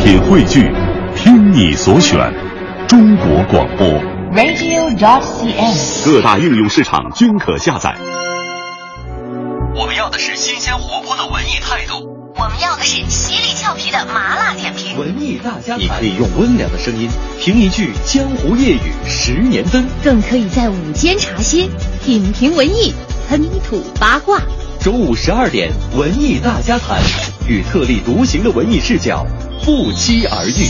品汇聚，听你所选，中国广播 radio.cn， 各大应用市场均可下载。 我们要的是新鲜活泼的文艺态度， 我们要的是犀利俏皮的麻辣点评。 文艺大家谈，你可以用温良的声音评一句江湖夜雨10年灯， 更可以在午间茶歇品评文艺，喷吐八卦。 中午12点，文艺大家谈，与特立独行的文艺视角不期而遇。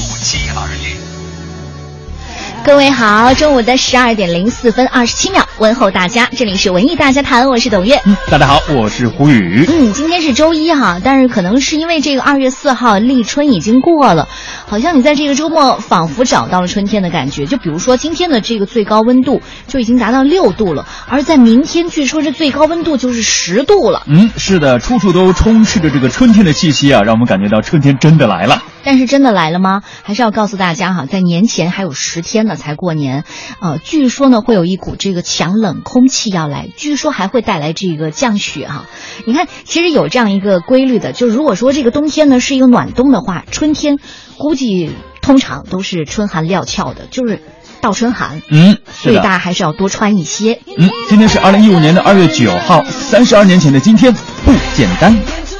各位好，中午的12点04分27秒，问候大家，这里是文艺大家谈，我是董月。 大家好，我是胡宇。 今天是周一哈，但是可能是因为这个2月4号立春已经过了，好像你在这个周末仿佛找到了春天的感觉。就比如说今天的这个最高温度就已经达到6度了，而在明天据说这最高温度就是10度了。 是的，处处都充斥着这个春天的气息啊，让我们感觉到春天真的来了。 但是真的来了吗？还是要告诉大家哈，在年前还有10天呢才过年，据说呢会有一股这个强冷空气要来，据说还会带来这个降雪哈。你看，其实有这样一个规律的，就如果说这个冬天呢是一个暖冬的话，春天估计通常都是春寒料峭的，就是倒春寒。所以大家还是要多穿一些。 今天是2015年的2月9号，32年前的今天不简单。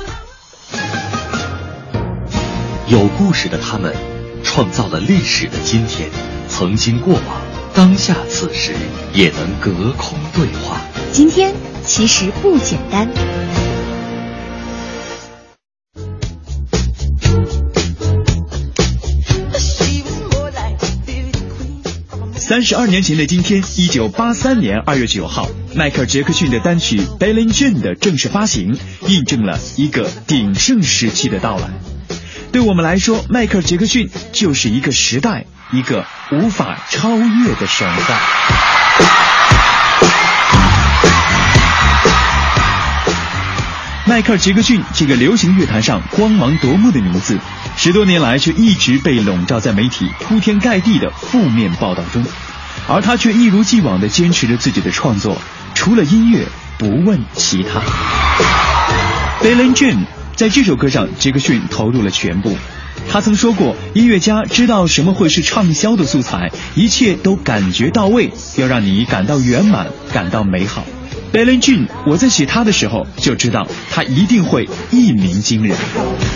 有故事的他们创造了历史的今天，曾经过往，当下此时也能隔空对话。 今天其实不简单。 32年前的今天，1983年2月9号，迈克尔·杰克逊的单曲《Billie Jean》的正式发行，印证了一个鼎盛时期的到来。对我们来说，迈克尔·杰克逊就是一个时代，一个无法超越的神话。迈克尔·杰克逊这个流行乐坛上光芒夺目的名字，10多年来却一直被笼罩在媒体铺天盖地的负面报道中，而他却一如既往地坚持着自己的创作，除了音乐不问其他。Billie Jean，在这首歌上，杰克逊投入了全部。他曾说过，音乐家知道什么会是畅销的素材，一切都感觉到位，要让你感到圆满，感到美好。Billie Jean， 我在写他的时候就知道他一定会一鸣惊人。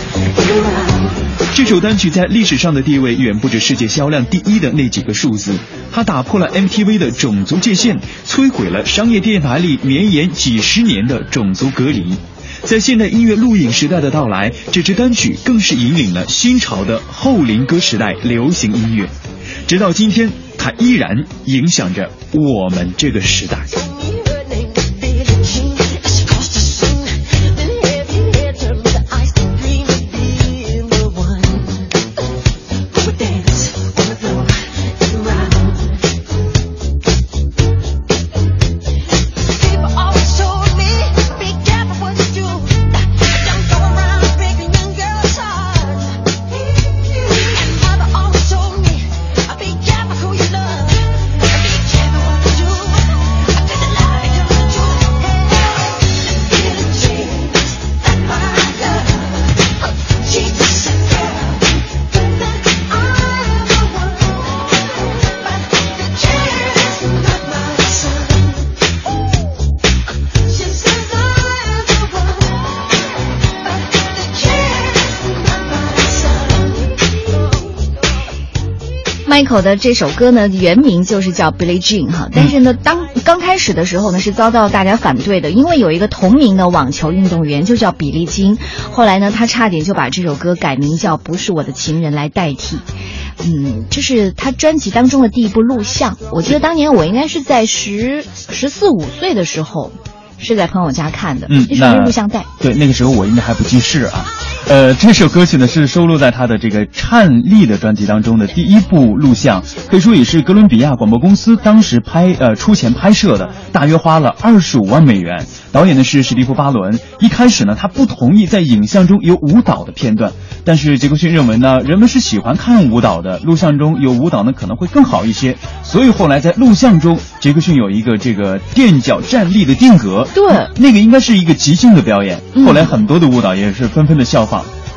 这首单曲在历史上的地位远不止世界销量第1的那几个数字，它打破了 MTV 的种族界限，摧毁了商业电台里绵延几十年的种族隔离。在现代音乐录影时代的到来，这支单曲更是引领了新潮的后林歌时代流行音乐，直到今天，它依然影响着我们这个时代。 Michael 的这首歌呢，原名就是叫 Billie Jean 哈，但是呢，刚开始的时候呢是遭到大家反对的，因为有一个同名的网球运动员就叫比利金，后来呢他差点就把这首歌改名叫不是我的情人来代替。这是他专辑当中的第一部录像，我记得当年我应该是在14、15岁的时候是在朋友家看的，那是录像带。 对，那个时候我应该还不记事啊。这首歌曲呢是收录在他的这个颤栗的专辑当中的第一部录像，可以说也是哥伦比亚广播公司当时出钱拍摄的，大约花了25万美元。导演呢是史蒂夫·巴伦。一开始呢他不同意在影像中有舞蹈的片段，但是杰克逊认为呢人们是喜欢看舞蹈的，录像中有舞蹈呢可能会更好一些，所以后来在录像中杰克逊有一个这个垫脚站立的定格， 对， 那个应该是一个即兴的表演，后来很多的舞蹈也是纷纷的效仿。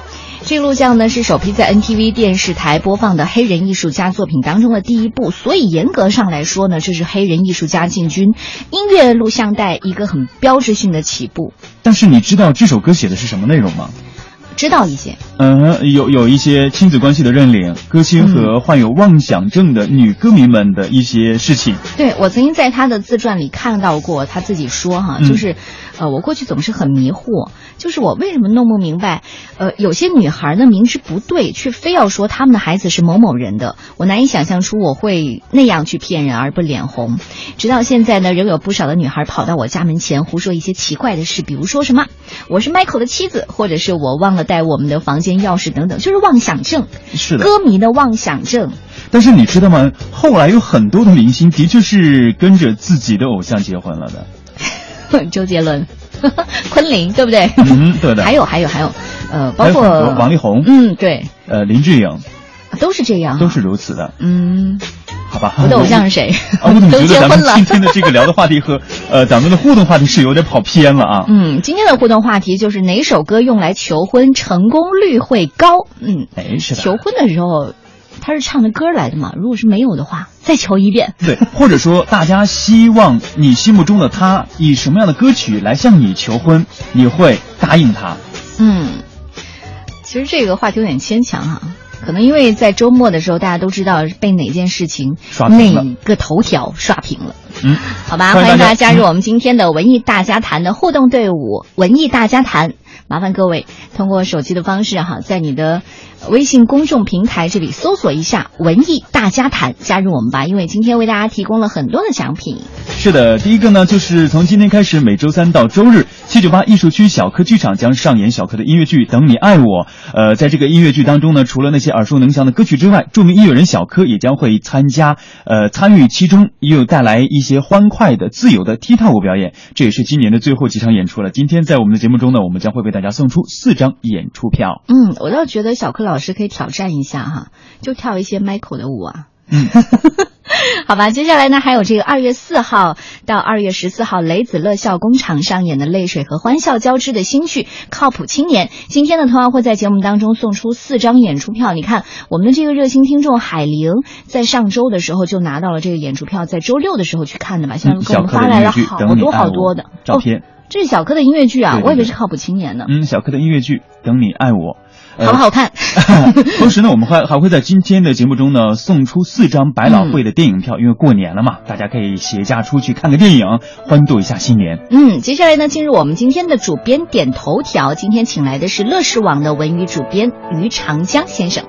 这个录像呢是首批在 NTV 电视台播放的黑人艺术家作品当中的第一部，所以严格上来说呢，这是黑人艺术家进军音乐录像带一个很标志性的起步。 但是你知道这首歌写的是什么内容吗？ 知道一些， 有一些亲子关系的认领，歌星和患有妄想症的女歌迷们的一些事情。 对，我曾经在他的自传里看到过，他自己说哈，就是我过去总是很迷惑，就是我为什么弄不明白，有些女孩呢明知不对，却非要说他们的孩子是某某人的，我难以想象出我会那样去骗人而不脸红。直到现在呢，仍有不少的女孩跑到我家门前胡说一些奇怪的事，比如说什么我是 Michael 的妻子，或者是我忘了带我们的房间钥匙等等，就是妄想症。 是的， 歌迷的妄想症。 但是你知道吗？后来有很多的明星的确是跟着自己的偶像结婚了的。 周杰伦、昆凌，对不对？ 对的。 还有，包括王力宏， 对， 林志颖， 都是这样， 都是如此的。好吧。 我的偶像是谁？ 我怎么觉得咱们都结婚了。 今天的这个聊的话题和咱们的互动话题是有点跑偏了啊。 今天的互动话题就是哪首歌用来求婚成功率会高？ 是的。 求婚的时候他是唱的歌来的嘛？如果是没有的话，再求一遍。 对，或者说大家希望你心目中的他以什么样的歌曲来向你求婚，你会答应他？ 其实这个话题有点牵强哈，可能因为在周末的时候，大家都知道被哪件事情哪个头条刷屏了。好吧，欢迎大家加入我们今天的文艺大家谈的互动队伍，文艺大家谈。麻烦各位通过手机的方式哈，在你的微信公众平台这里搜索一下文艺大家谈，加入我们吧，因为今天为大家提供了很多的奖品。 是的，第一个呢，就是从今天开始，每周三到周日，798艺术区小柯剧场将上演小柯的音乐剧《等你爱我》。在这个音乐剧当中呢，除了那些耳熟能详的歌曲之外，著名音乐人小柯也将会参与其中，又带来一些欢快的、自由的踢踏舞表演。这也是今年的最后几场演出了。今天在我们的节目中呢，我们将会为大家送出4张演出票。 我倒觉得小柯老师可以挑战一下哈，就跳一些 Michael 的舞啊。好吧，接下来呢还有这个2月4号到2月14号雷子乐笑工厂上演的泪水和欢笑交织的新剧《靠谱青年》。今天呢同样会在节目当中送出4张演出票。你看我们的这个热心听众海玲在上周的时候就拿到了这个演出票，在周6的时候去看的吧，现在给我们发来了好多的照片。 这是小柯的音乐剧啊，对对对，我以为是靠谱青年呢。 小柯的音乐剧《等你爱我》。 好不好看？ 同时呢，我们还会在今天的节目中呢送出4张百老汇的电影票，因为过年了嘛，大家可以携家出去看个电影，欢度一下新年。 接下来呢，进入我们今天的主编点头条。今天请来的是乐视网的文娱主编于长江先生。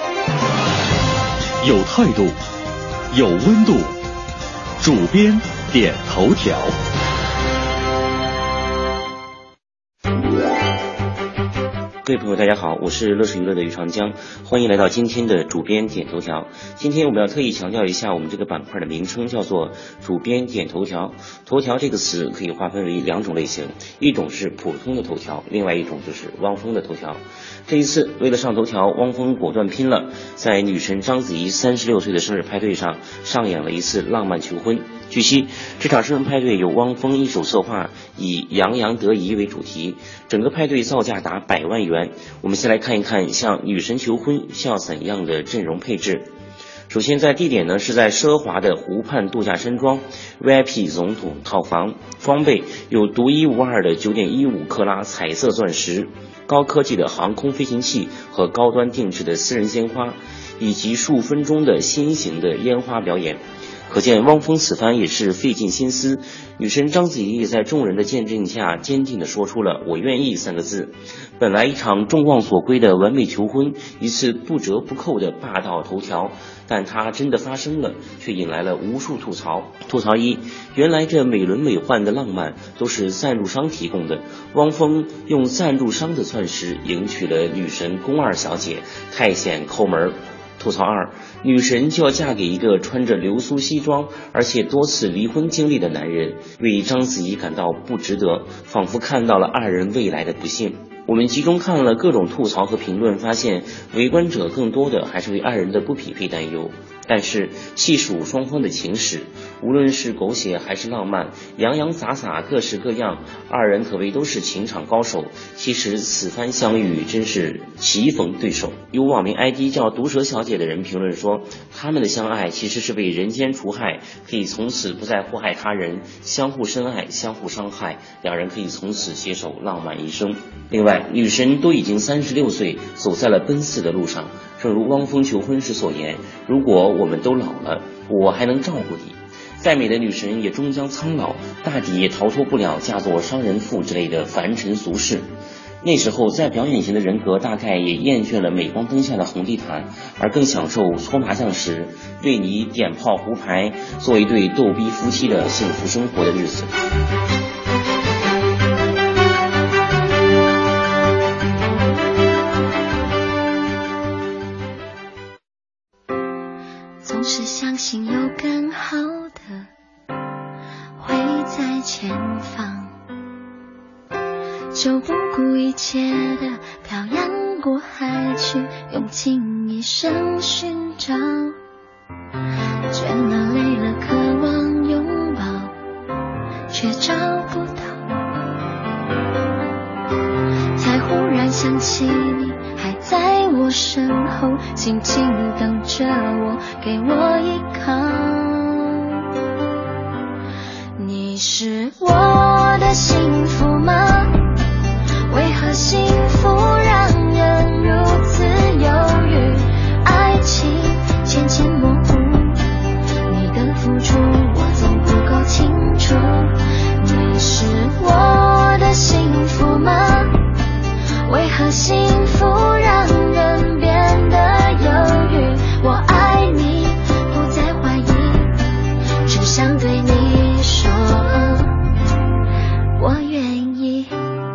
有态度，有温度，主编点头条。 各位朋友大家好，我是乐视娱乐的于长江，欢迎来到今天的主编点头条。今天我们要特意强调一下我们这个板块的名称叫做主编点头条。头条这个词可以划分为2种类型，一种是普通的头条，另外一种就是汪峰的头条。这一次为了上头条，汪峰果断拼了，在女神章子怡36岁的生日派对上上演了一次浪漫求婚。据悉，这场生日派对由汪峰一手策划，以洋洋得意为主题，整个派对造价达100万元。我们先来看一看向女神求婚需要怎样的阵容配置。首先在地点呢是在奢华的湖畔度假山庄 VIP 总统套房，装备有独一无二的 9.15 克拉彩色钻石，高科技的航空飞行器和高端定制的私人鲜花，以及数分钟的新型的烟花表演。可见汪峰此番也是费尽心思，女神章子怡在众人的见证下坚定地说出了我愿意3个字。本来一场众望所归的完美求婚，一次不折不扣的霸道头条，但它真的发生了，却引来了无数吐槽。吐槽1，原来这美轮美奂的浪漫都是赞助商提供的，汪峰用赞助商的钻石迎娶了女神宫2小姐，太显抠门。吐槽2，女神就要嫁给一个穿着流苏西装而且多次离婚经历的男人，为章子怡感到不值得，仿佛看到了2人未来的不幸。我们集中看了各种吐槽和评论，发现围观者更多的还是为2人的不匹配担忧。 但是细数双方的情史，无论是狗血还是浪漫，洋洋洒洒各式各样，二人可谓都是情场高手。其实此番相遇真是棋逢对手。有网名 ID 叫毒蛇小姐的人评论说，他们的相爱其实是为人间除害，可以从此不再祸害他人，相互深爱，相互伤害，两人可以从此携手浪漫一生。另外，女神都已经36岁，走在了奔四的路上。正如汪峰求婚时所言，如果我们都老了，我还能照顾你。再美的女神也终将苍老，大抵也逃脱不了嫁作商人妇之类的凡尘俗事。那时候在表演型的人格大概也厌倦了镁光灯下的红地毯，而更享受搓麻将时对你点炮胡牌，做一对逗逼夫妻的幸福生活的日子。 总是相信有更好的会在前方，就不顾一切的漂洋过海去用尽一生寻找，倦了累了渴望拥抱，却找不到，才忽然想起你还在我身后，静静等着我，给我依靠。你是我的幸福吗？为何幸福让人如此犹豫？爱情渐渐模糊，你的付出我总不够清楚。你是我的幸福吗？为何幸福让人变得犹豫？我爱你，不再怀疑，只想对你说我愿意。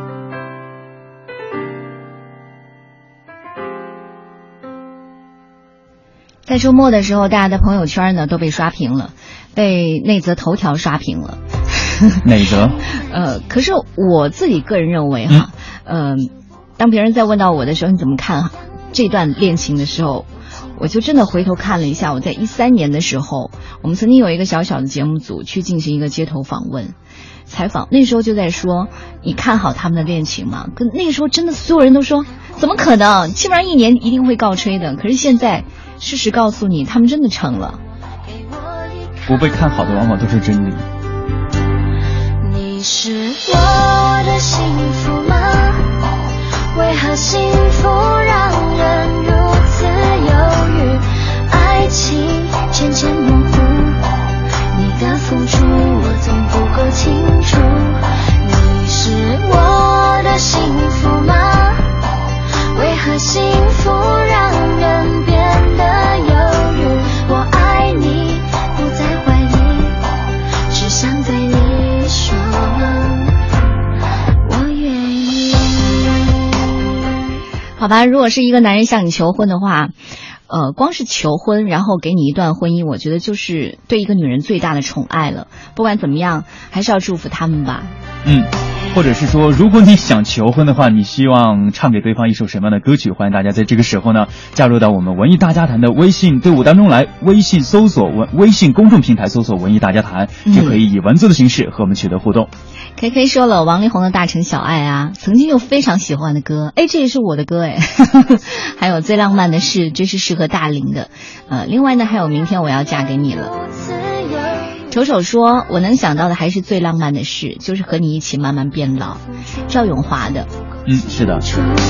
在周末的时候，大家的朋友圈呢都被刷屏了，被那则头条刷屏了。 哪则？ 可是我自己个人认为哈，当别人在问到我的时候，你怎么看这段恋情的时候，我就真的回头看了一下，我在13年的时候，我们曾经有一个小小的节目组去进行一个街头访问采访，那时候就在说，你看好他们的恋情吗？可那个时候真的所有人都说怎么可能，基本上1年一定会告吹的。可是现在事实告诉你，他们真的成了。 不被看好的往往都是真理。 你是我的幸福吗？为何幸福让人如此犹豫？爱情渐渐模糊，你的付出我总不够清楚。你是我的幸福吗？为何幸福让人变得犹豫？我爱你，不再怀疑，只想对你说我愿意。 好吧，如果是一个男人向你求婚的话，光是求婚然后给你一段婚姻，我觉得就是对一个女人最大的宠爱了。不管怎么样，还是要祝福他们吧。 或者是说，如果你想求婚的话，你希望唱给对方一首什么样的歌曲？欢迎大家在这个时候呢，加入到我们文艺大家谈的微信队伍当中来。微信公众平台搜索文艺大家谈，就可以以文字的形式和我们取得互动。 KK 说了，王力宏的《大城小爱》啊，曾经就非常喜欢的歌，这也是我的歌还有最浪漫的事，这是适合大龄的。另外呢，还有明天我要嫁给你了。丑丑说，我能想到的还是最浪漫的事，就是和你一起慢慢变老。赵咏华的。 是的。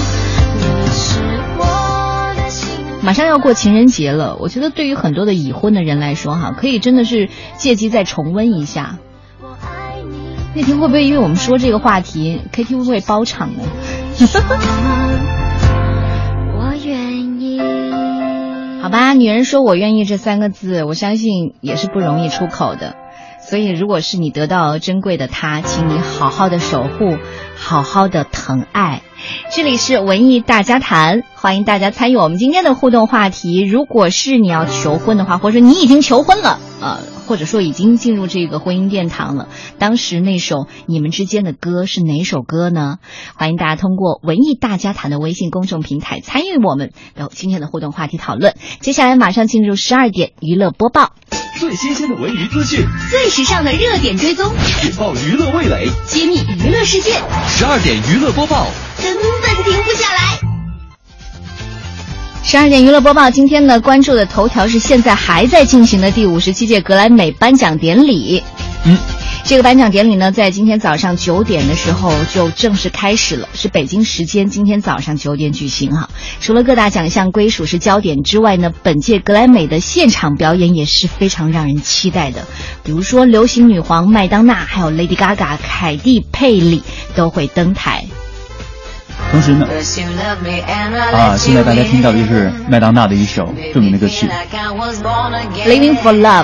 马上要过情人节了，我觉得对于很多的已婚的人来说哈，可以真的是借机再重温一下。那天会不会因为我们说这个话题 KTV 会包场呢？ 我愿意。 好吧，女人说我愿意这3个字，我相信也是不容易出口的。所以如果是你得到珍贵的他，请你好好的守护，好好的疼爱。 这里是文艺大家谈，欢迎大家参与我们今天的互动话题。如果是你要求婚的话，或者你已经求婚了，或者说已经进入这个婚姻殿堂了，当时那首你们之间的歌是哪首歌呢？欢迎大家通过文艺大家谈的微信公众平台参与我们今天的互动话题讨论。接下来马上进入12点娱乐播报， 最新鲜的文娱资讯， 最时尚的热点追踪， 引爆娱乐味蕾， 揭秘娱乐事件。 12点娱乐播报， 根本停不下来。12点娱乐播报，今天呢关注的头条是现在还在进行的第57届格莱美颁奖典礼。这个颁奖典礼呢，在今天早上9点的时候就正式开始了，是北京时间今天早上9点举行哈。除了各大奖项归属是焦点之外呢，本届格莱美的现场表演也是非常让人期待的。比如说流行女皇麦当娜，还有 Lady Gaga、凯蒂佩里都会登台。 同时呢，现在大家听到的就是麦当娜的一首著名的歌曲 Living for Love。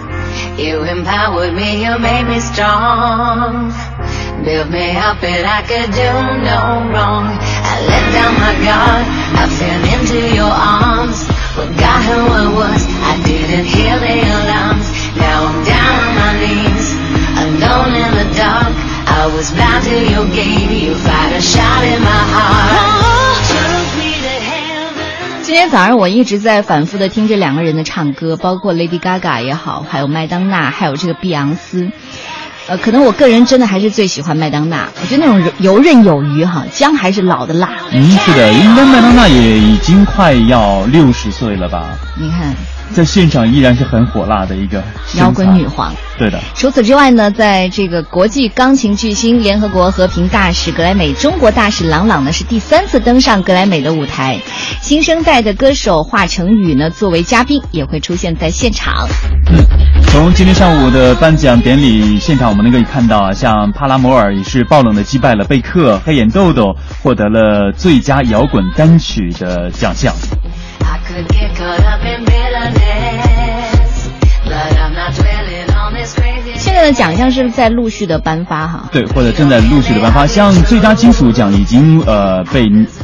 You empowered me, you made me strong, built me up and I could do no wrong. I let down my guard, I fell into your arms. What got her what was, I didn't hear the alarms. Now I'm down on my knees, alone in the dark. I was bound to your gate, you fired a shot in my heart. Took me to heaven. 今天早上我一直在反复的听这两个人的唱歌，包括 Lady Gaga 也好，还有麦当娜，还有这个碧昂斯。可能我个人真的还是最喜欢麦当娜，我觉得那种游刃有余哈，姜还是老的辣。 是的，应该麦当娜也已经快要60岁了吧？ 你看， 在现场依然是很火辣的一个摇滚女皇。 对的。 除此之外呢，在这个国际钢琴巨星、联合国和平大使、格莱美中国大使郎朗呢，是第3次登上格莱美的舞台。新生代的歌手华晨宇呢，作为嘉宾也会出现在现场。 从今天上午的颁奖典礼现场，我们能够看到，像帕拉摩尔也是爆冷的击败了贝克，黑眼豆豆获得了最佳摇滚单曲的奖项。 现在的奖项是在陆续的颁发哈， 对，或者正在陆续的颁发。像最佳金属奖已经被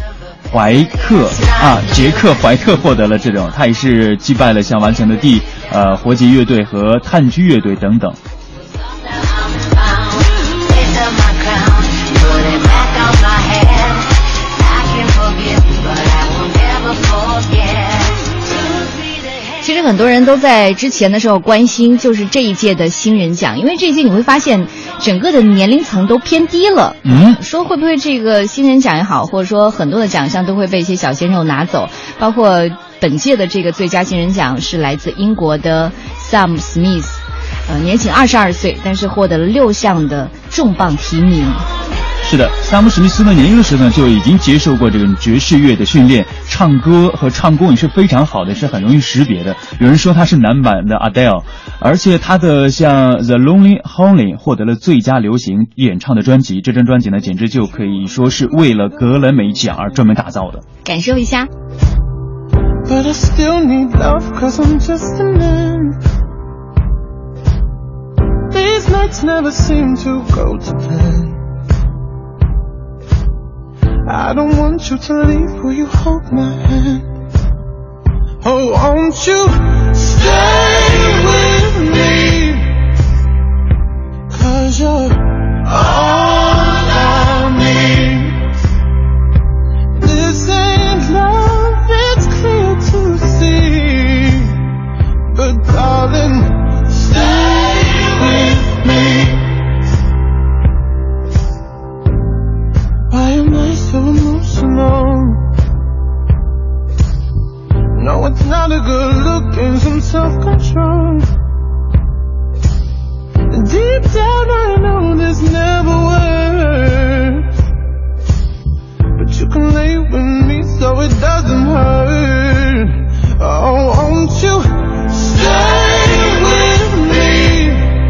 杰克怀特获得了这种，他也是击败了像完成的活结乐队和炭疽乐队等等。 其实很多人都在之前的时候关心，就是这一届的新人奖，因为这一届你会发现整个的年龄层都偏低了。说会不会这个新人奖也好，或者说很多的奖项都会被一些小鲜肉拿走，包括本届的这个最佳新人奖是来自英国的 Sam Smith， 年仅22岁，但是获得了6项的重磅提名。 是的，萨姆史密斯呢年轻的时候呢就已经接受过这个爵士乐的训练，唱歌和唱功也是非常好的，是很容易识别的。有人说他是男版的 Adele， 而且他的像 The Lonely Hearts 获得了最佳流行演唱的专辑，这张专辑呢简直就可以说是为了格莱美奖而专门打造的。 感受一下。 But I still need love, cause I'm just a man. These nights never seem to go to plan. I don't want you to leave, will you hold my hand? Oh, won't you stay with me? Cause you're all I need. This ain't love, it's clear to see. But darling, stay with me. Why am I so emotional? No, it's not a good look and some self-control. Deep down I know this never works, but you can lay with me so it doesn't hurt. Oh, won't you stay with me?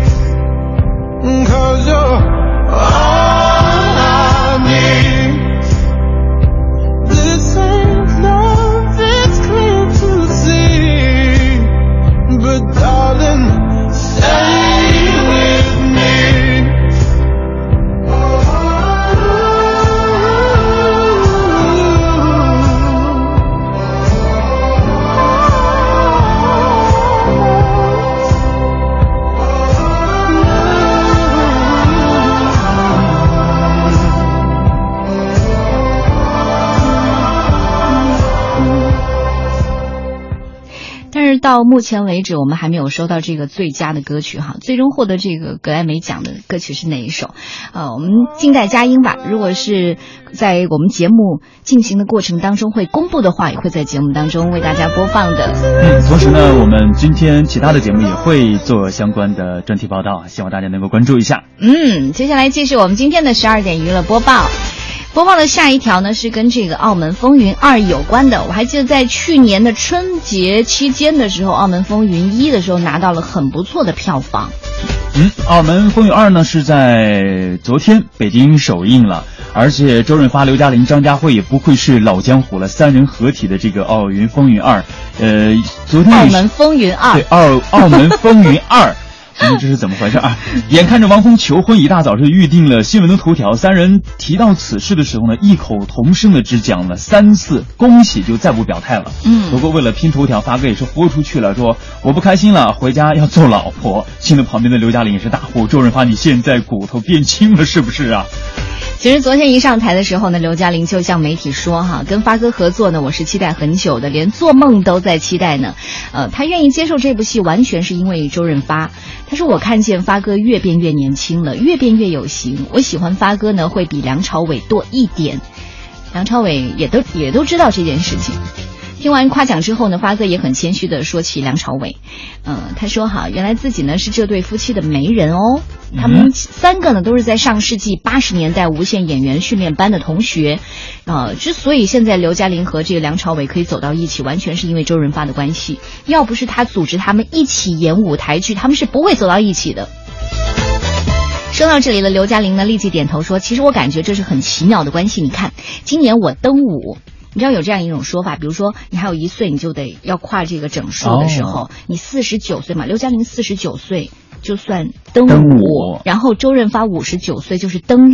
'Cause you're all I need. This ain't love, it's clear to see. But darling, stay with me. 是到目前为止我们还没有收到这个最佳的歌曲哈，最终获得这个格莱美奖的歌曲是哪一首？我们静待佳音吧。如果是在我们节目进行的过程当中会公布的话，也会在节目当中为大家播放的。 同时呢，我们今天其他的节目也会做相关的专题报道，希望大家能够关注一下。 接下来继续我们今天的12点娱乐播报。播报的下一条呢是跟这个《澳门风云2》有关的。我还记得在去年的春节期间的时候，《澳门风云1》的时候拿到了很不错的票房。 《澳门风云2》呢是在昨天北京首映了，而且周润发、刘嘉玲、张家辉也不愧是老江湖了，三人合体的这个《澳门风云2》。昨天澳门风云2， 对，澳门风云2。这是怎么回事啊？眼看着王峰求婚，一大早就预定了新闻的头条。三人提到此事的时候呢，异口同声的只讲了3次恭喜，就再不表态了。不过为了拼头条，发哥也是豁出去了，说我不开心了，回家要揍老婆。听了旁边的刘嘉玲也是大呼：周润发，你现在骨头变轻了是不是啊？ 其实昨天一上台的时候呢，刘嘉玲就向媒体说哈，跟发哥合作呢，我是期待很久的，连做梦都在期待呢。他愿意接受这部戏，完全是因为周润发。他说我看见发哥越变越年轻了，越变越有型。我喜欢发哥呢，会比梁朝伟多一点。梁朝伟也都知道这件事情。听完夸奖之后呢，发哥也很谦虚的说起梁朝伟，他说哈，原来自己呢是这对夫妻的媒人哦。他们3个呢都是在上世纪80年代无线演员训练班的同学，之所以现在刘嘉玲和这个梁朝伟可以走到一起，完全是因为周润发的关系。要不是他组织他们一起演舞台剧，他们是不会走到一起的。说到这里了，刘嘉玲呢立即点头说，其实我感觉这是很奇妙的关系。你看，今年我登午。你知道有这样一种说法，比如说你还有1岁，你就得要跨这个整数的时候，你49岁嘛，刘嘉玲49岁就算登午，然后周润发59岁就是登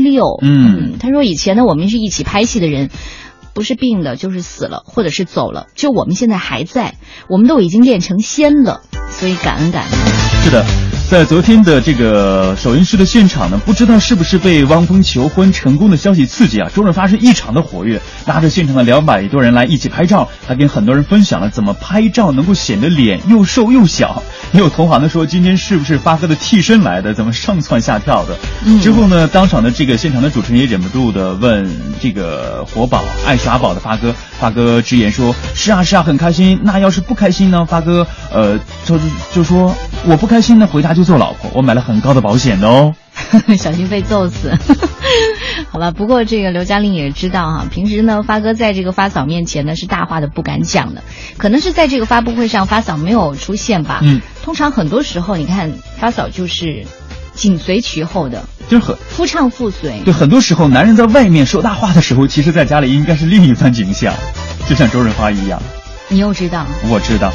6。他说以前呢，我们是一起拍戏的人，不是病的就是死了，或者是走了，就我们现在还在，我们都已经练成仙了，所以感恩感恩。 是的。在昨天的这个首映式的现场呢，不知道是不是被汪峰求婚成功的消息刺激啊，周润发是异常的活跃，拉着现场的200多人来一起拍照，还跟很多人分享了怎么拍照能够显得脸又瘦又小。也有同行的说，今天是不是发哥的替身来的，怎么上蹿下跳的。之后呢，当场的这个现场的主持人也忍不住的问这个活宝爱耍宝的发哥直言说，是啊很开心。那要是不开心呢？发哥就说我不开心呢，回家就揍老婆，我买了很高的保险的哦。 小心被揍死。好吧，不过这个刘嘉玲也知道哈，平时呢发哥在这个发嫂面前呢是大话的不敢讲的，可能是在这个发布会上发嫂没有出现吧。通常很多时候你看发嫂就是紧随其后的， 就是夫唱妇随。 对，很多时候男人在外面说大话的时候，其实在家里应该是另一番景象，就像周润发一样。 你又知道？ 我知道。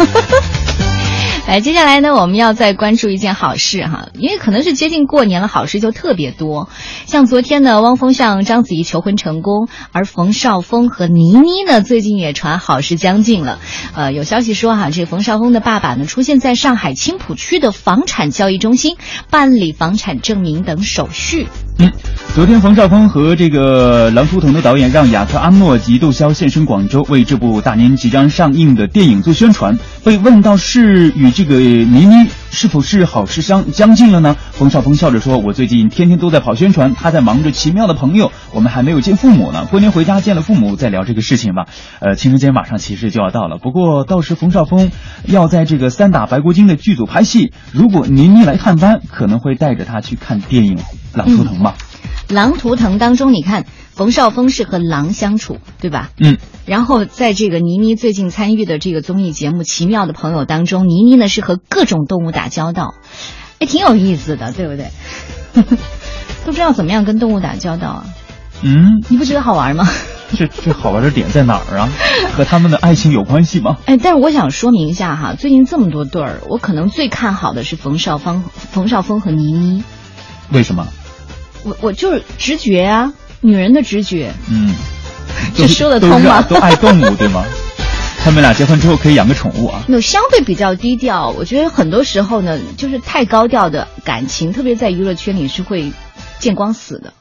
接下来呢，我们要再关注一件好事哈，因为可能是接近过年了，好事就特别多。像昨天呢，汪峰向章子怡求婚成功，而冯绍峰和倪妮呢，最近也传好事将近了。有消息说哈，这冯绍峰的爸爸呢，出现在上海青浦区的房产交易中心办理房产证明等手续。 昨天冯绍峰和这个《狼图腾》的导演让雅克·阿诺及窦骁现身广州，为这部大年即将上映的电影做宣传。被问到是与这个倪妮是否是好事将近了呢？冯绍峰笑着说，我最近天天都在跑宣传，他在忙着奇妙的朋友，我们还没有见父母呢，过年回家见了父母再聊这个事情吧。情人节马上其实就要到了，不过到时冯绍峰要在这个3打白骨精的剧组拍戏，如果倪妮来探班，可能会带着他去看电影《狼图腾》吧。 狼图腾当中，你看冯绍峰是和狼相处，对吧？然后在这个倪妮最近参与的这个综艺节目《奇妙的朋友》当中，倪妮呢是和各种动物打交道，挺有意思的，对不对？都知道怎么样跟动物打交道啊？你不觉得好玩吗？ 这好玩的点在哪儿啊？和他们的爱情有关系吗？ 但是我想说明一下哈，最近这么多对儿，我可能最看好的是冯绍峰和倪妮。 为什么？ 我就是直觉啊，女人的直觉。这说得通吗？ 都爱动物对吗？他们俩结婚之后可以养个宠物啊。 相对比较低调，我觉得很多时候呢，就是太高调的感情，特别在娱乐圈里是会见光死的。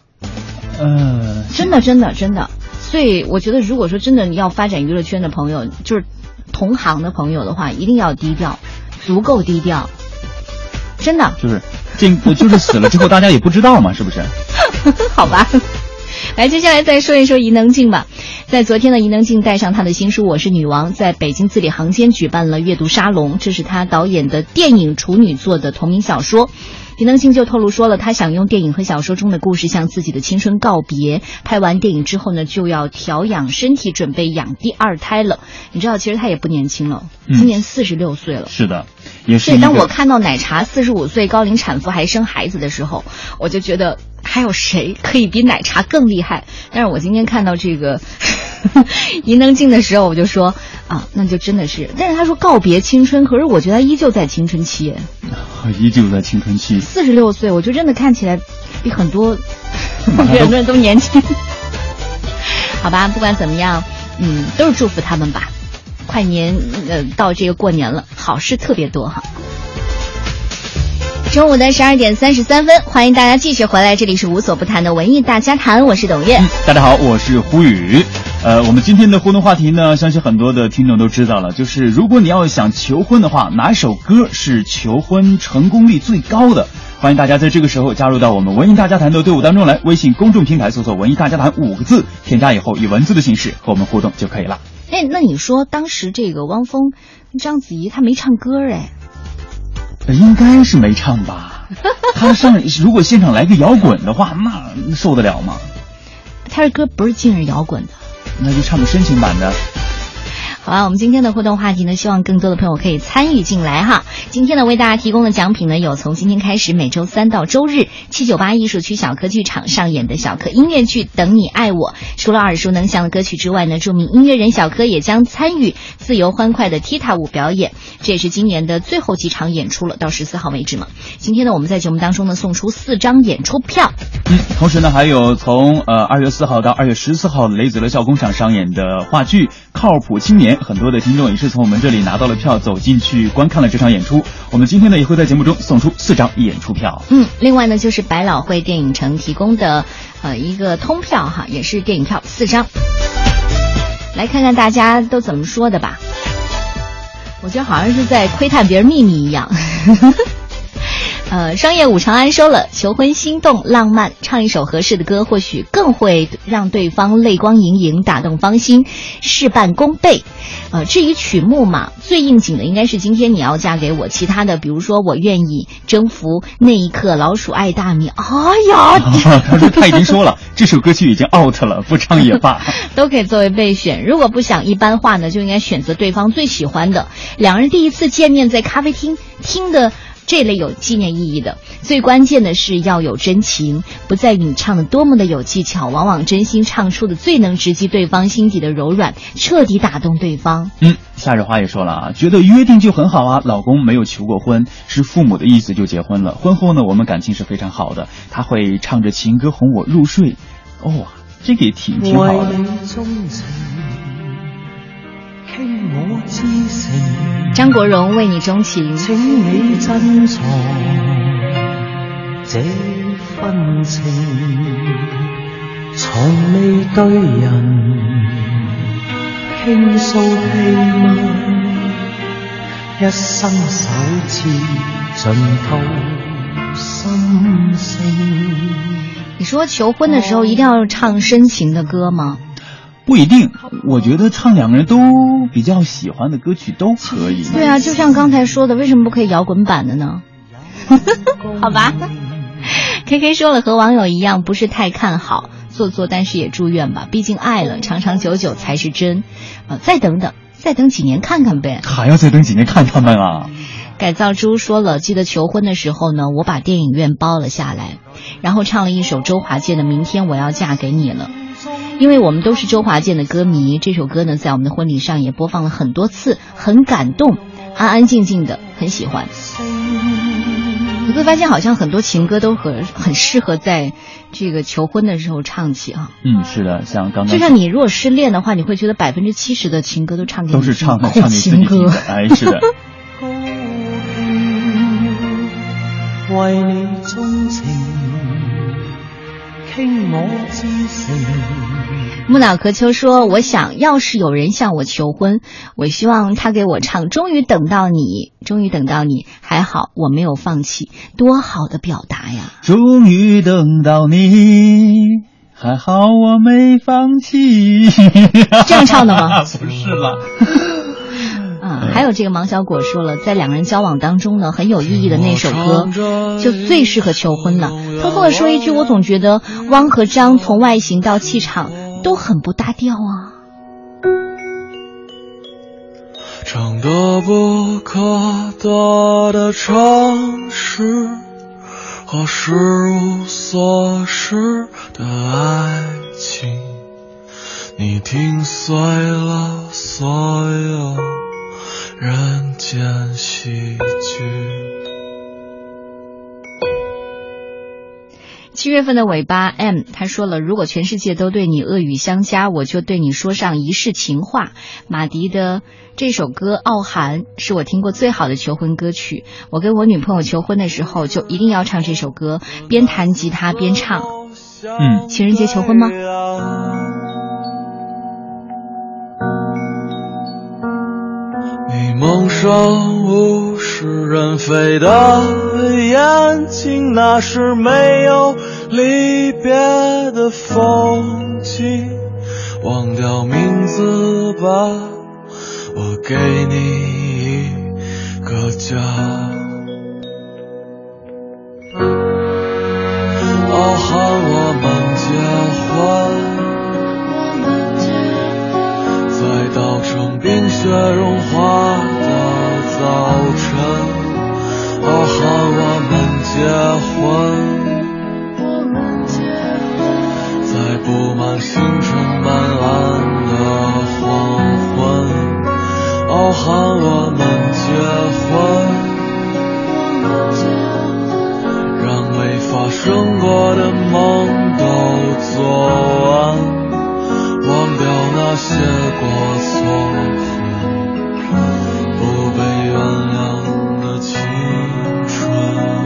真的。所以我觉得，如果说真的你要发展娱乐圈的朋友，就是同行的朋友的话，一定要低调，足够低调，真的。 就是死了之后大家也不知道嘛，是不是？ 好吧。来，接下来再说一说伊能静吧。在昨天呢，伊能静带上她的新书《我是女王》，在北京字里行间举办了阅读沙龙。这是她导演的电影处女作的同名小说。伊能静就透露说了，她想用电影和小说中的故事向自己的青春告别。拍完电影之后呢，就要调养身体，准备养第二胎了。你知道，其实她也不年轻了，今年46岁了。 是的，也是。 所以当我看到奶茶45岁高龄产妇还生孩子的时候，我就觉得还有谁可以比奶茶更厉害？但是我今天看到这个伊能静的时候，我就说啊，那就真的是。但是他说告别青春，可是我觉得他依旧在青春期， 依旧在青春期。 46岁，我就真的看起来比很多人都年轻。好吧，不管怎么样，都是祝福他们吧。快年到这个过年了，好事特别多哈。中午的12点33分，欢迎大家继续回来，这里是无所不谈的文艺大家谈，我是董月。 大家好，我是胡宇。我们今天的互动话题呢，相信很多的听众都知道了，就是如果你要想求婚的话，哪首歌是求婚成功率最高的？欢迎大家在这个时候加入到我们文艺大家谈的队伍当中来，微信公众平台搜索文艺大家谈5个字，添加以后以文字的形式和我们互动就可以了。 那你说当时这个汪峰、章子怡他没唱歌应该是没唱吧？他如果现场来个摇滚的话，那受得了吗？ 他的歌不是今日摇滚的， 那就唱个深情版的。 好吧，我们今天的互动话题呢，希望更多的朋友可以参与进来哈。今天呢，为大家提供的奖品呢，有从今天开始每周3到周日798艺术区小客剧场上演的小客音乐剧《等你爱我》。除了耳熟能详的歌曲之外呢，著名音乐人小柯也将参与自由欢快的踢踏舞表演，这也是今年的最后几场演出了，到14号为止嘛。今天呢，我们在节目当中呢送出4张演出票。 同时呢，还有从2月4号到2月14号雷子乐校工厂上演的话剧《靠谱青年》，很多的听众也是从我们这里拿到了票，走进去观看了这场演出。我们今天呢也会在节目中送出4张演出票。 另外呢就是百老汇电影城提供的一个通票哈，也是电影票4张。来看看大家都怎么说的吧。我觉得好像是在窥探别人秘密一样。商业舞长安说了，求婚心动浪漫，唱一首合适的歌或许更会让对方泪光盈盈，打动芳心，事半功倍。至于曲目嘛，最应景的应该是今天你要嫁给我，其他的比如说我愿意，征服，那一刻，老鼠爱大米。 他已经说了这首歌曲已经 out 了，不唱也罢。 都可以作为备选。如果不想一般化呢，就应该选择对方最喜欢的，两人第一次见面在咖啡厅听的这类有纪念意义的。最关键的是要有真情，不在于你唱的多么的有技巧，往往真心唱出的最能直击对方心底的柔软，彻底打动对方。 夏日花也说了啊，觉得约定就很好啊，老公没有求过婚，是父母的意思就结婚了，婚后呢我们感情是非常好的，他会唱着情歌哄我入睡。这个也挺好的。 张国荣为你钟情， 请你珍藏这份情，从未对人倾诉气问，一生首次尽透心声。 你说求婚的时候一定要唱深情的歌吗？ 不一定，我觉得唱两个人都比较喜欢的歌曲都可以。 对啊，就像刚才说的，为什么不可以摇滚版的呢？好吧。KK 说了，和网友一样，不是太看好，做，但是也祝愿吧，毕竟爱了，长长久久才是真。再等几年看看呗。 还要再等几年看看们啊。 改造猪说了，记得求婚的时候呢，我把电影院包了下来，然后唱了一首周华健的《明天我要嫁给你了》。因为我们都是周华健的歌迷，这首歌呢在我们的婚礼上也播放了很多次，很感动，安安静静的，很喜欢。你会发现好像很多情歌都很适合在这个求婚的时候唱起啊。 是的，像刚刚就像你如果失恋的话，你会觉得70%的情歌都唱给你， 都是唱你情歌。 是的。 为你钟情，倾我至诚。 木脑壳秋说，我想要是有人向我求婚，我希望他给我唱终于等到你，终于等到你，还好我没有放弃，多好的表达呀。 终于等到你，还好我没放弃。 这样唱的吗？ 不是吧。 还有这个芒小果说了，在两人交往当中呢，很有意义的那首歌就最适合求婚了。偷偷的说一句，我总觉得汪和张从外形到气场都很不搭调啊。 长得不可得的城市和失无所失的爱情，你听碎了所有人间喜剧。 7月份的尾巴 M 他说了，如果全世界都对你恶语相加，我就对你说上一世情话。马迪的这首歌《傲寒》是我听过最好的求婚歌曲，我跟我女朋友求婚的时候就一定要唱这首歌，边弹吉他边唱。情人节求婚吗？ 你蒙上物是人非的眼睛，那是没有离别的风景。忘掉名字吧，我给你一个家。傲寒我们结婚，在稻城冰雪融化的早晨。傲寒我们结婚，在布满星辰斑斓的黄昏。傲寒我们结婚，让没发生过的梦都做完，忘掉那些过错，不被原谅的青春。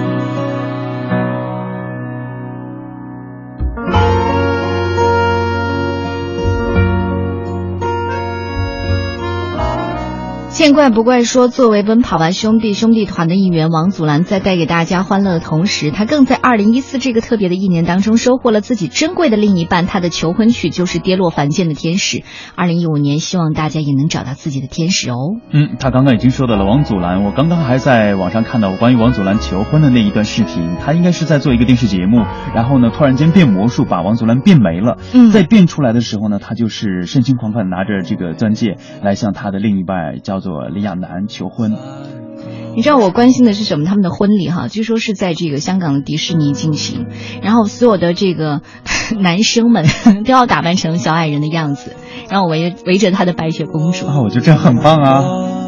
见怪不怪说，作为奔跑吧兄弟团的一员，王祖蓝在带给大家欢乐的同时，他更在2014这个特别的一年当中收获了自己珍贵的另一半。他的求婚曲就是跌落凡间的天使。2015年希望大家也能找到自己的天使哦。 他刚刚已经说到了王祖蓝，我刚刚还在网上看到关于王祖蓝求婚的那一段视频，他应该是在做一个电视节目，然后呢突然间变魔术把王祖蓝变没了。在变出来的时候呢，他就是深情款款拿着这个钻戒来向他的另一半叫做李亚男求婚。 你知道我关心的是什么？他们的婚礼哈，据说是在这个香港的迪士尼进行，然后所有的这个男生们都要打扮成小矮人的样子，然后围着他的白雪公主。 我觉得这样很棒啊！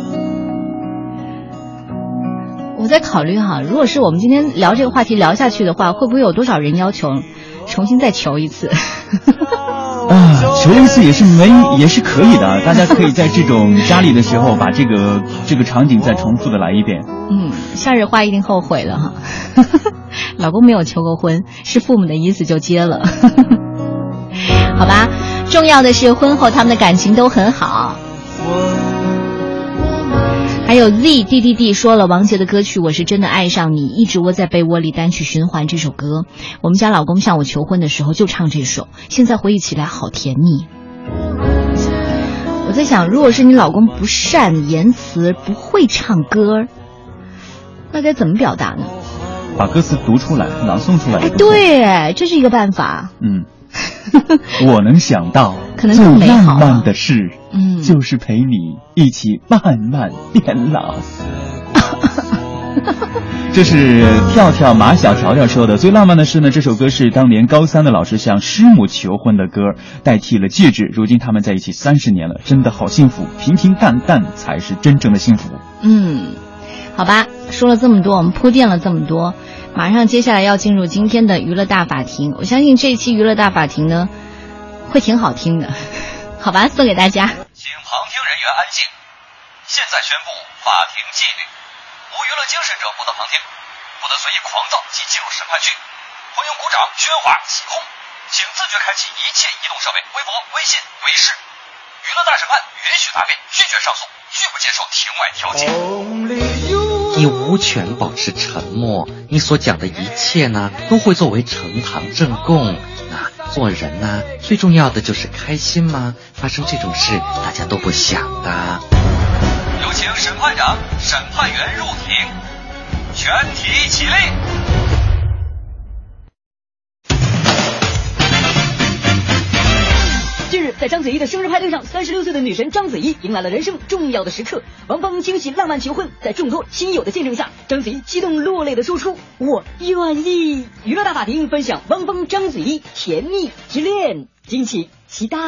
我在考虑哈，如果是我们今天聊这个话题聊下去的话，会不会有多少人要求重新再求一次？ 求一次也是可以的，大家可以在这种家里的时候把这个场景再重复的来一遍。 夏日花一定后悔了哈，老公没有求过婚，是父母的意思就接了。好吧，重要的是婚后他们的感情都很好。还有 ZDDD 说了，王杰的歌曲《我是真的爱上你》一直窝在被窝里单曲循环这首歌。我们家老公向我求婚的时候就唱这首，现在回忆起来好甜蜜。我在想，如果是你老公不善言辞，不会唱歌，那该怎么表达呢？ 把歌词读出来，朗诵出来。 对，这是一个办法。 我能想到可能更美好最浪漫的事，就是陪你一起慢慢变老。这是跳跳马小条条说的。最浪漫的事呢，这首歌是当年高3的老师向师母求婚的歌，代替了戒指。如今他们在一起30年了，真的好幸福，平平淡淡才是真正的幸福。 好吧，说了这么多，我们铺垫了这么多，马上接下来要进入今天的娱乐大法庭。我相信这一期娱乐大法庭呢会挺好听的，好吧，送给大家。 请旁听人员安静，现在宣布法庭纪律：无娱乐精神者不得旁听，不得随意狂躁及进入审判区，欢迎鼓掌、喧哗、起哄。 请自觉开启一切移动设备，微博、微信、微视。娱乐大审判允许答辩，拒绝上诉，拒不接受庭外调解。 你无权保持沉默，你所讲的一切呢，都会作为呈堂证供。做人呢，最重要的就是开心吗？发生这种事，大家都不想的。 有请审判长、审判员入庭，全体起立。 近日，在章子怡的生日派对上，36岁的女神章子怡迎来了人生重要的时刻。王峰惊喜浪漫求婚，在众多亲友的见证下，章子怡激动落泪的说出“我愿意”。娱乐大法庭分享汪峰、章子怡甜蜜之恋，敬请期待。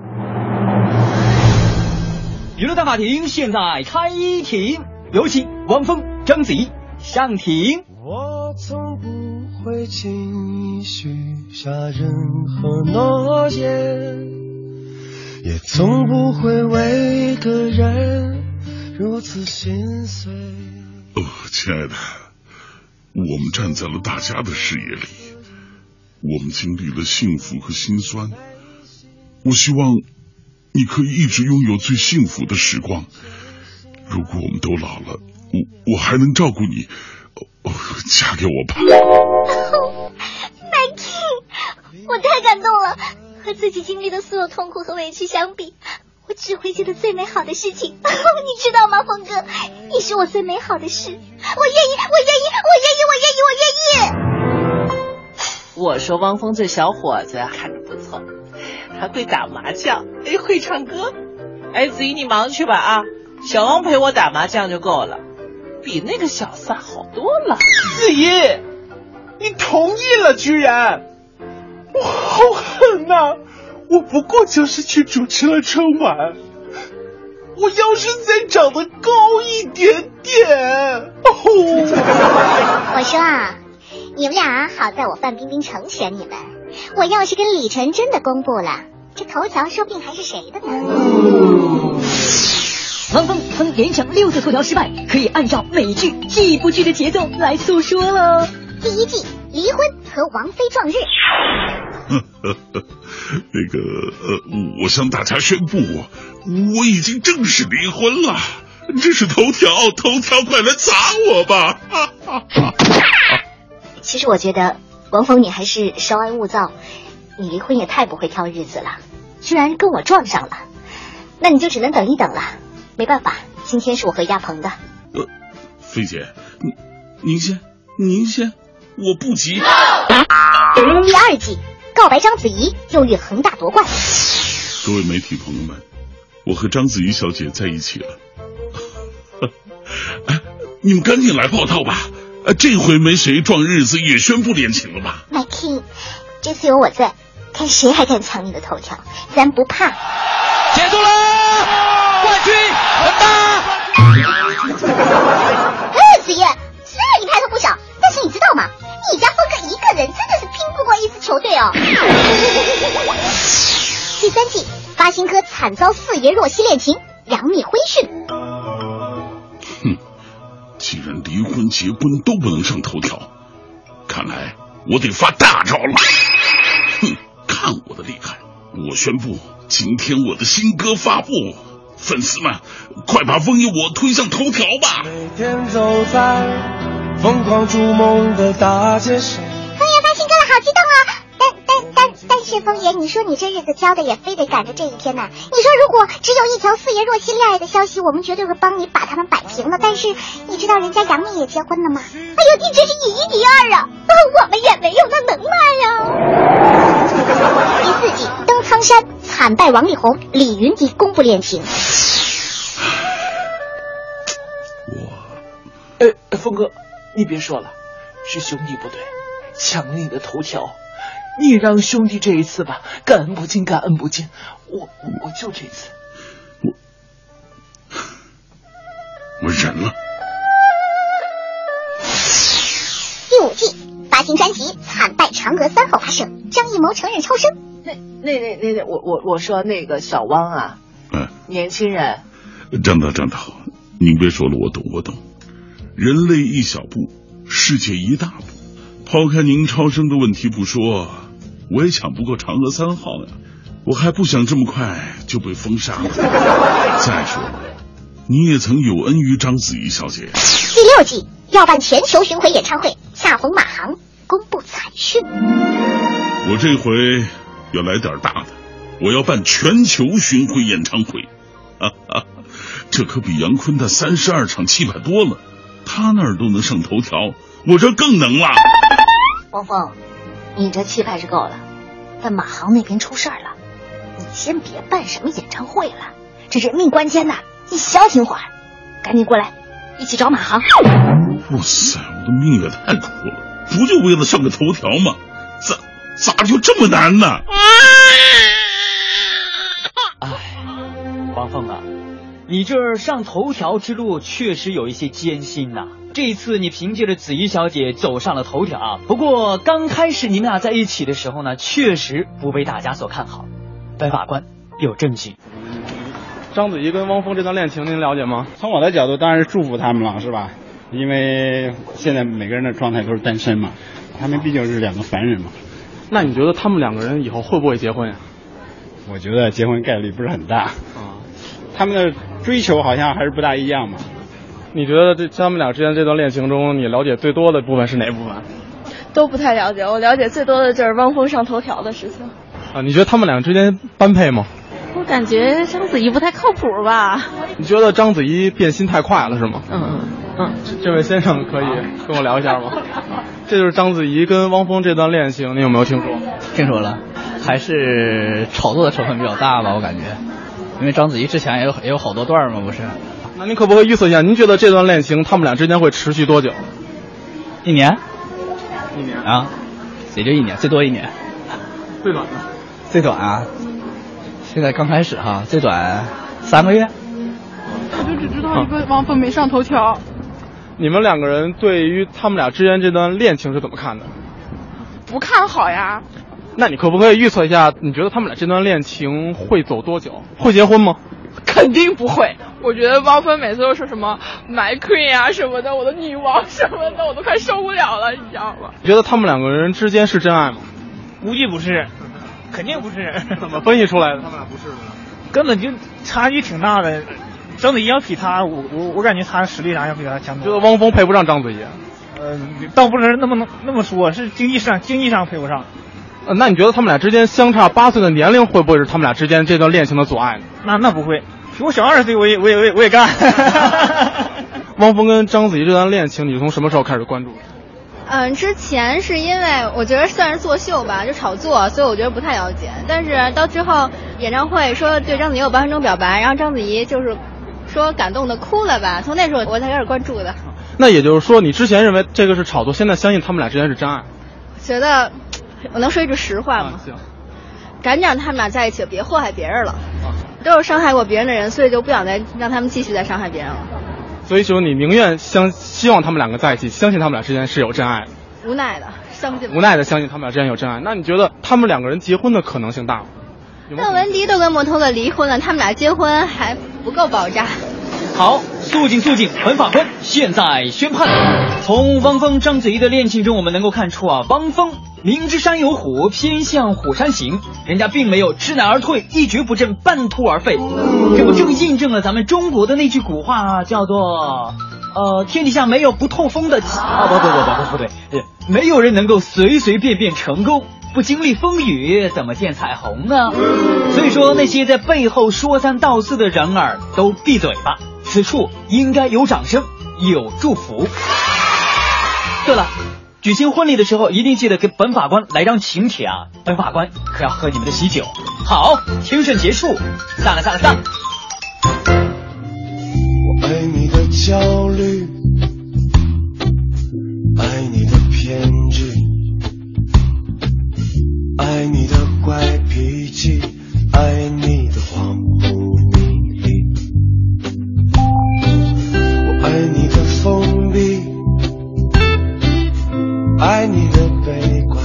娱乐大法庭现在开庭，有请汪峰、章子怡上庭。 我从不会轻易许下任何诺言，也从不会为一个人如此心碎。 亲爱的，我们站在了大家的视野里，我们经历了幸福和心酸。我希望你可以一直拥有最幸福的时光。如果我们都老了，我还能照顾你，嫁给我吧。 My King， 我太感动了。和自己经历的所有痛苦和委屈相比，我只会觉得最美好的事情。你知道吗，峰哥，你是我最美好的事。我愿意。 我说汪峰这小伙子啊，看着不错，他会打麻将，会唱歌。子怡你忙去吧啊，小汪陪我打麻将就够了，比那个小三好多了。 子怡，你同意了居然，我好狠呐！我不过就是去主持了春晚，我要是再长得高一点点。 我说啊，你们俩好在我范冰冰成全你们，我要是跟李晨真的公布了，这头条说不定还是谁的呢。 汪峰曾连抢6次头条失败，可以按照美剧这部剧的节奏来诉说了。 第1季离婚和王菲撞日。 我向大家宣布，我已经正式离婚了。这是头条快来砸我吧！ 其实我觉得王峰你还是稍安勿躁，你离婚也太不会挑日子了，居然跟我撞上了，那你就只能等一等了。没办法，今天是我和亚鹏的。 菲姐，您先，我不急。 第2季告白章子怡又遇恒大夺冠。 各位媒体朋友们，我和章子怡小姐在一起了。你们赶紧来报道吧，这回没谁撞日子也宣布恋情了吧？ My King， 这次有我在，看谁还敢抢你的头条，咱不怕。 结束了，冠军恒大。 子怡，虽然你牌头不小，但是你知道吗？你家峰哥一个人真的是拼不过一支球队哦。第3季发新科惨遭四爷若曦恋情，杨幂挥训。 既然离婚结婚都不能上头条，看来我得发大招了。看我的厉害！我宣布今天我的新歌发布，粉丝们快把风一我推向头条吧。 每天走在疯狂逐梦的大街上。 枫叶发新歌了，好激动啊！但是枫叶，你说你这日子交的也非得赶着这一天呐。你说如果只有一条四爷若曦恋爱的消息，我们绝对会帮你把他们摆平了。但是你知道人家杨幂也结婚了吗？哎呦，你真是以一敌二啊！我们也没有那能耐呀。第4季登苍山惨败王力宏，李云迪公布恋情。 峰哥，你别说了，是兄弟不对，抢了你的头条。你让兄弟这一次吧，感恩不尽。我就这次， 我忍了。 第5季发行专辑惨败嫦娥3号发射，张艺谋承认超生。 我说那个小汪啊，年轻人。 张导，您别说了，我懂。人类一小步，世界一大步。抛开您超生的问题不说， 我也抢不过嫦娥3号呀，我还不想这么快就被封杀了。再说了，你也曾有恩于章子怡小姐。 第6季要办全球巡回演唱会，夏红马航公布彩讯。 我这回要来点大的，我要办全球巡回演唱会。这可比杨坤的32场700多了，他那儿都能上头条，我这更能了。 汪峰，你这气派是够了，但马航那边出事儿了，你先别办什么演唱会了，这人命关天呐，你消停会儿，赶紧过来，一起找马航。 哇塞，我的命也太苦了，不就为了上个头条吗？咋就这么难呢？ 哎，王峰啊，你这上头条之路确实有一些艰辛呐。这一次你凭借着子怡小姐走上了头条，不过刚开始你们俩在一起的时候呢，确实不被大家所看好。本法官有证据。 章子怡跟汪峰这段恋情您了解吗？从我的角度当然是祝福他们了，是吧？因为现在每个人的状态都是单身嘛，他们毕竟是2个凡人嘛。 那你觉得他们2个人以后会不会结婚呀？ 我觉得结婚概率不是很大他们的追求好像还是不大一样嘛。 你觉得他们俩之间这段恋情中，你了解最多的部分是哪部分？ 都不太了解，我了解最多的就是汪峰上头条的事情。 你觉得他们俩之间般配吗？ 我感觉章子怡不太靠谱吧。 你觉得章子怡变心太快了是吗？这位先生可以跟我聊一下吗？这就是章子怡跟汪峰这段恋情，你有没有听说？ 听说了，还是炒作的成分比较大吧，我感觉，因为章子怡之前也有好多段嘛，不是？ 那您可不可以预测一下，您觉得这段恋情他们俩之间会持续多久 ？1年 ？1年啊，也就1年，最多1年。 最短呢？ 最短啊，现在刚开始哈，最短3个月。 我就只知道一个汪峰没上头条。 你们2个人对于他们俩之间这段恋情是怎么看的？ 不看好呀。 那你可不可以预测一下，你觉得他们俩这段恋情会走多久？会结婚吗？ 肯定不会。我觉得汪峰每次都说什么 My Queen 啊什么的，我的女王什么的，我都快受不了了，你知道吗？ 你觉得他们2个人之间是真爱吗？ 估计不是，肯定不是。 怎么分析出来的？他们俩不是的， 根本就差距挺大的。章子怡要比他，我感觉他实力上要比他强多。 觉得汪峰配不上章子怡？ 倒不是那么说，是经济上配不上。 那你觉得他们俩之间相差8岁的年龄，会不会是他们俩之间这段恋情的阻碍呢？ 那不会，比我小20岁，我也干。 汪峰跟章子怡这段恋情，你是从什么时候开始关注的？ 之前是因为我觉得算是作秀吧，就炒作，所以我觉得不太了解。但是到之后演唱会说对章子怡有8分钟表白，然后章子怡就是说感动的哭了吧，从那时候我才开始关注的。 那也就是说，你之前认为这个是炒作，现在相信他们俩之间是真爱？ 觉得我能说一句实话吗？ 行。 赶紧让他们俩在一起，别祸害别人了。都是伤害过别人的人，所以就不想再让他们继续再伤害别人了。 所以说你宁愿希望他们2个在一起，相信他们俩之间是有真爱的。 无奈的相信他们俩之间有真爱。那你觉得他们2个人结婚的可能性大吗？ 那文迪都跟摩托哥离婚了，他们俩结婚还不够爆炸。 好，肃静，本法官现在宣判。从汪峰章子怡的恋情中，我们能够看出啊，汪峰明知山有虎，偏向虎山行，人家并没有知难而退，一蹶不振，半途而废。这不正印证了咱们中国的那句古话，叫做天底下没有不透风的不对，没有人能够随随便便成功，不经历风雨怎么见彩虹呢？所以说那些在背后说三道四的人儿都闭嘴吧，此处应该有掌声，有祝福。对了，举行婚礼的时候一定记得给本法官来张请帖啊，本法官可要喝你们的喜酒。好，庭审结束，散了。 我爱你的焦虑，爱你的偏执，爱你的怪脾气，爱你的恍惚迷离，我爱你的封闭，爱你的悲观，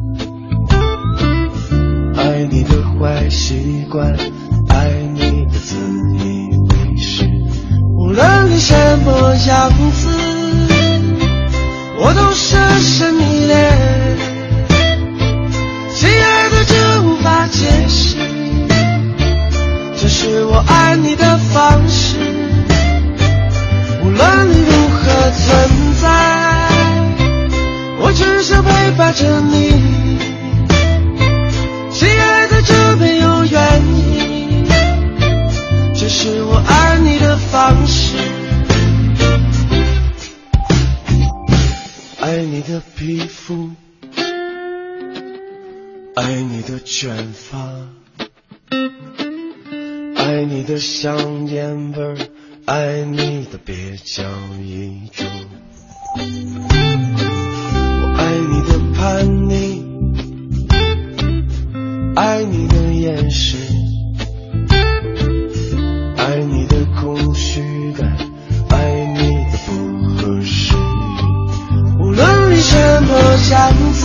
爱你的坏习惯，爱你的自以为是，无论你什么样子，我都深深迷恋，亲爱的皮肤，爱你的卷发，爱你的香烟味儿，爱你的蹩脚一种，我爱你的叛逆，爱你的眼神，爱你的空虚感，爱你的不合时宜，无论你什么样子，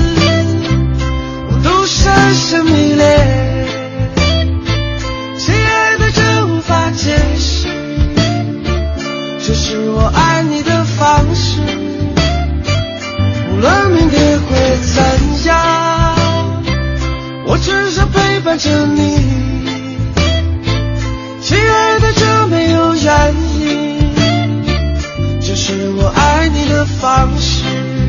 我都深深迷恋，亲爱的这无法解释，这是我爱你的方式，无论明天会怎样，我只想陪伴着你，亲爱的这没有原因，这是我爱你的方式。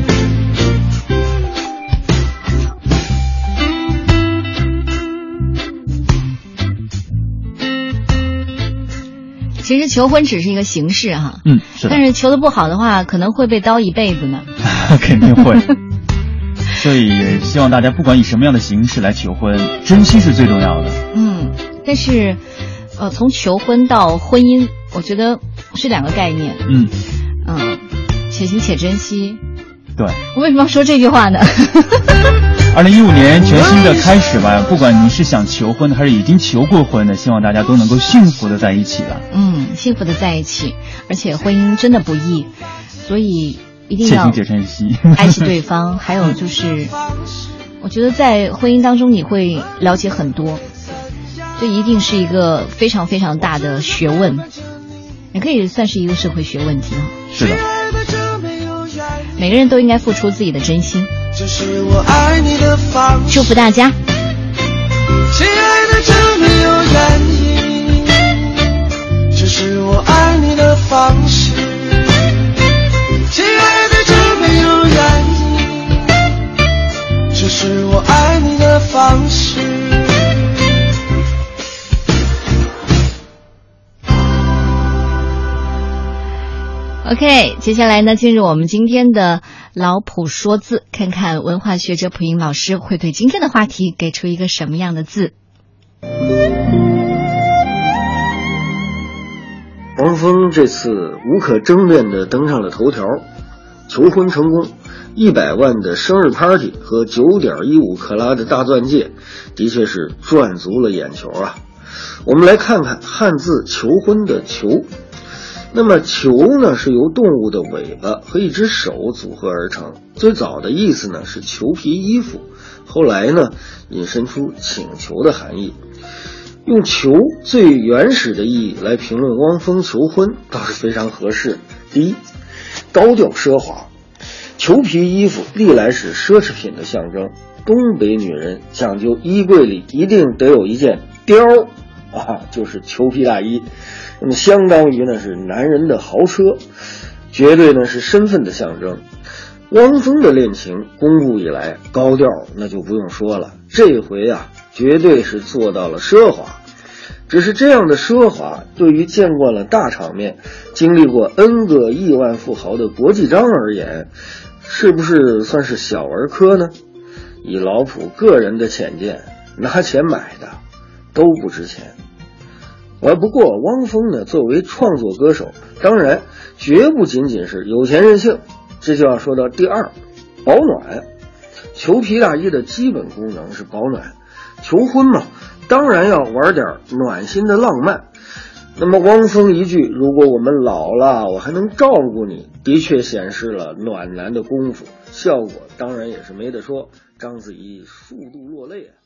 其实求婚只是一个形式哈， 是的， 但是求得不好的话，可能会被叨一辈子呢。 肯定会。所以也希望大家不管以什么样的形式来求婚，真心是最重要的。 但是从求婚到婚姻，我觉得是两个概念。且行且珍惜。 对， 我为什么要说这句话呢 ？2015年全新的开始吧，不管你是想求婚还是已经求过婚的，希望大家都能够幸福的在一起吧。 幸福的在一起，而且婚姻真的不易，所以一定要且行且珍惜， 爱惜对方。还有就是，我觉得在婚姻当中你会了解很多，这一定是一个非常非常大的学问，也可以算是一个社会学问题。 是的， 每个人都应该付出自己的真心。 这是我爱你的方式， 祝福大家。 亲爱的，这没有原因，这是我爱你的方式，亲爱的，这没有原因，这是我爱你的方式。 OK， 接下来呢，进入我们今天的老普说字，看看文化学者蒲英老师会对今天的话题给出一个什么样的字。 王峰这次无可争辩地登上了头条，求婚成功，100万的生日 party 和9.15克拉的大钻戒，的确是赚足了眼球啊。我们来看看汉字求婚的求。那么求呢，是由动物的尾巴和一只手组合而成，最早的意思呢是裘皮衣服，后来呢引申出请求的含义。用求最原始的意义来评论汪峰求婚倒是非常合适。第一，高调奢华，裘皮衣服历来是奢侈品的象征，东北女人讲究衣柜里一定得有一件貂就是裘皮大衣，那么相当于呢是男人的豪车，绝对呢是身份的象征。汪峰的恋情公布以来，高调那就不用说了，这回绝对是做到了奢华。只是这样的奢华，对于见惯了大场面、经历过 N 个亿万富豪的国际章而言，是不是算是小儿科呢？以老普个人的浅见，拿钱买的都不值钱。不过汪峰呢，作为创作歌手，当然绝不仅仅是有钱任性，这就要说到第二，保暖。裘皮大衣的基本功能是保暖，求婚嘛，当然要玩点暖心的浪漫。那么汪峰一句如果我们老了我还能照顾你，的确显示了暖男的功夫，效果当然也是没得说，章子怡数度落泪啊。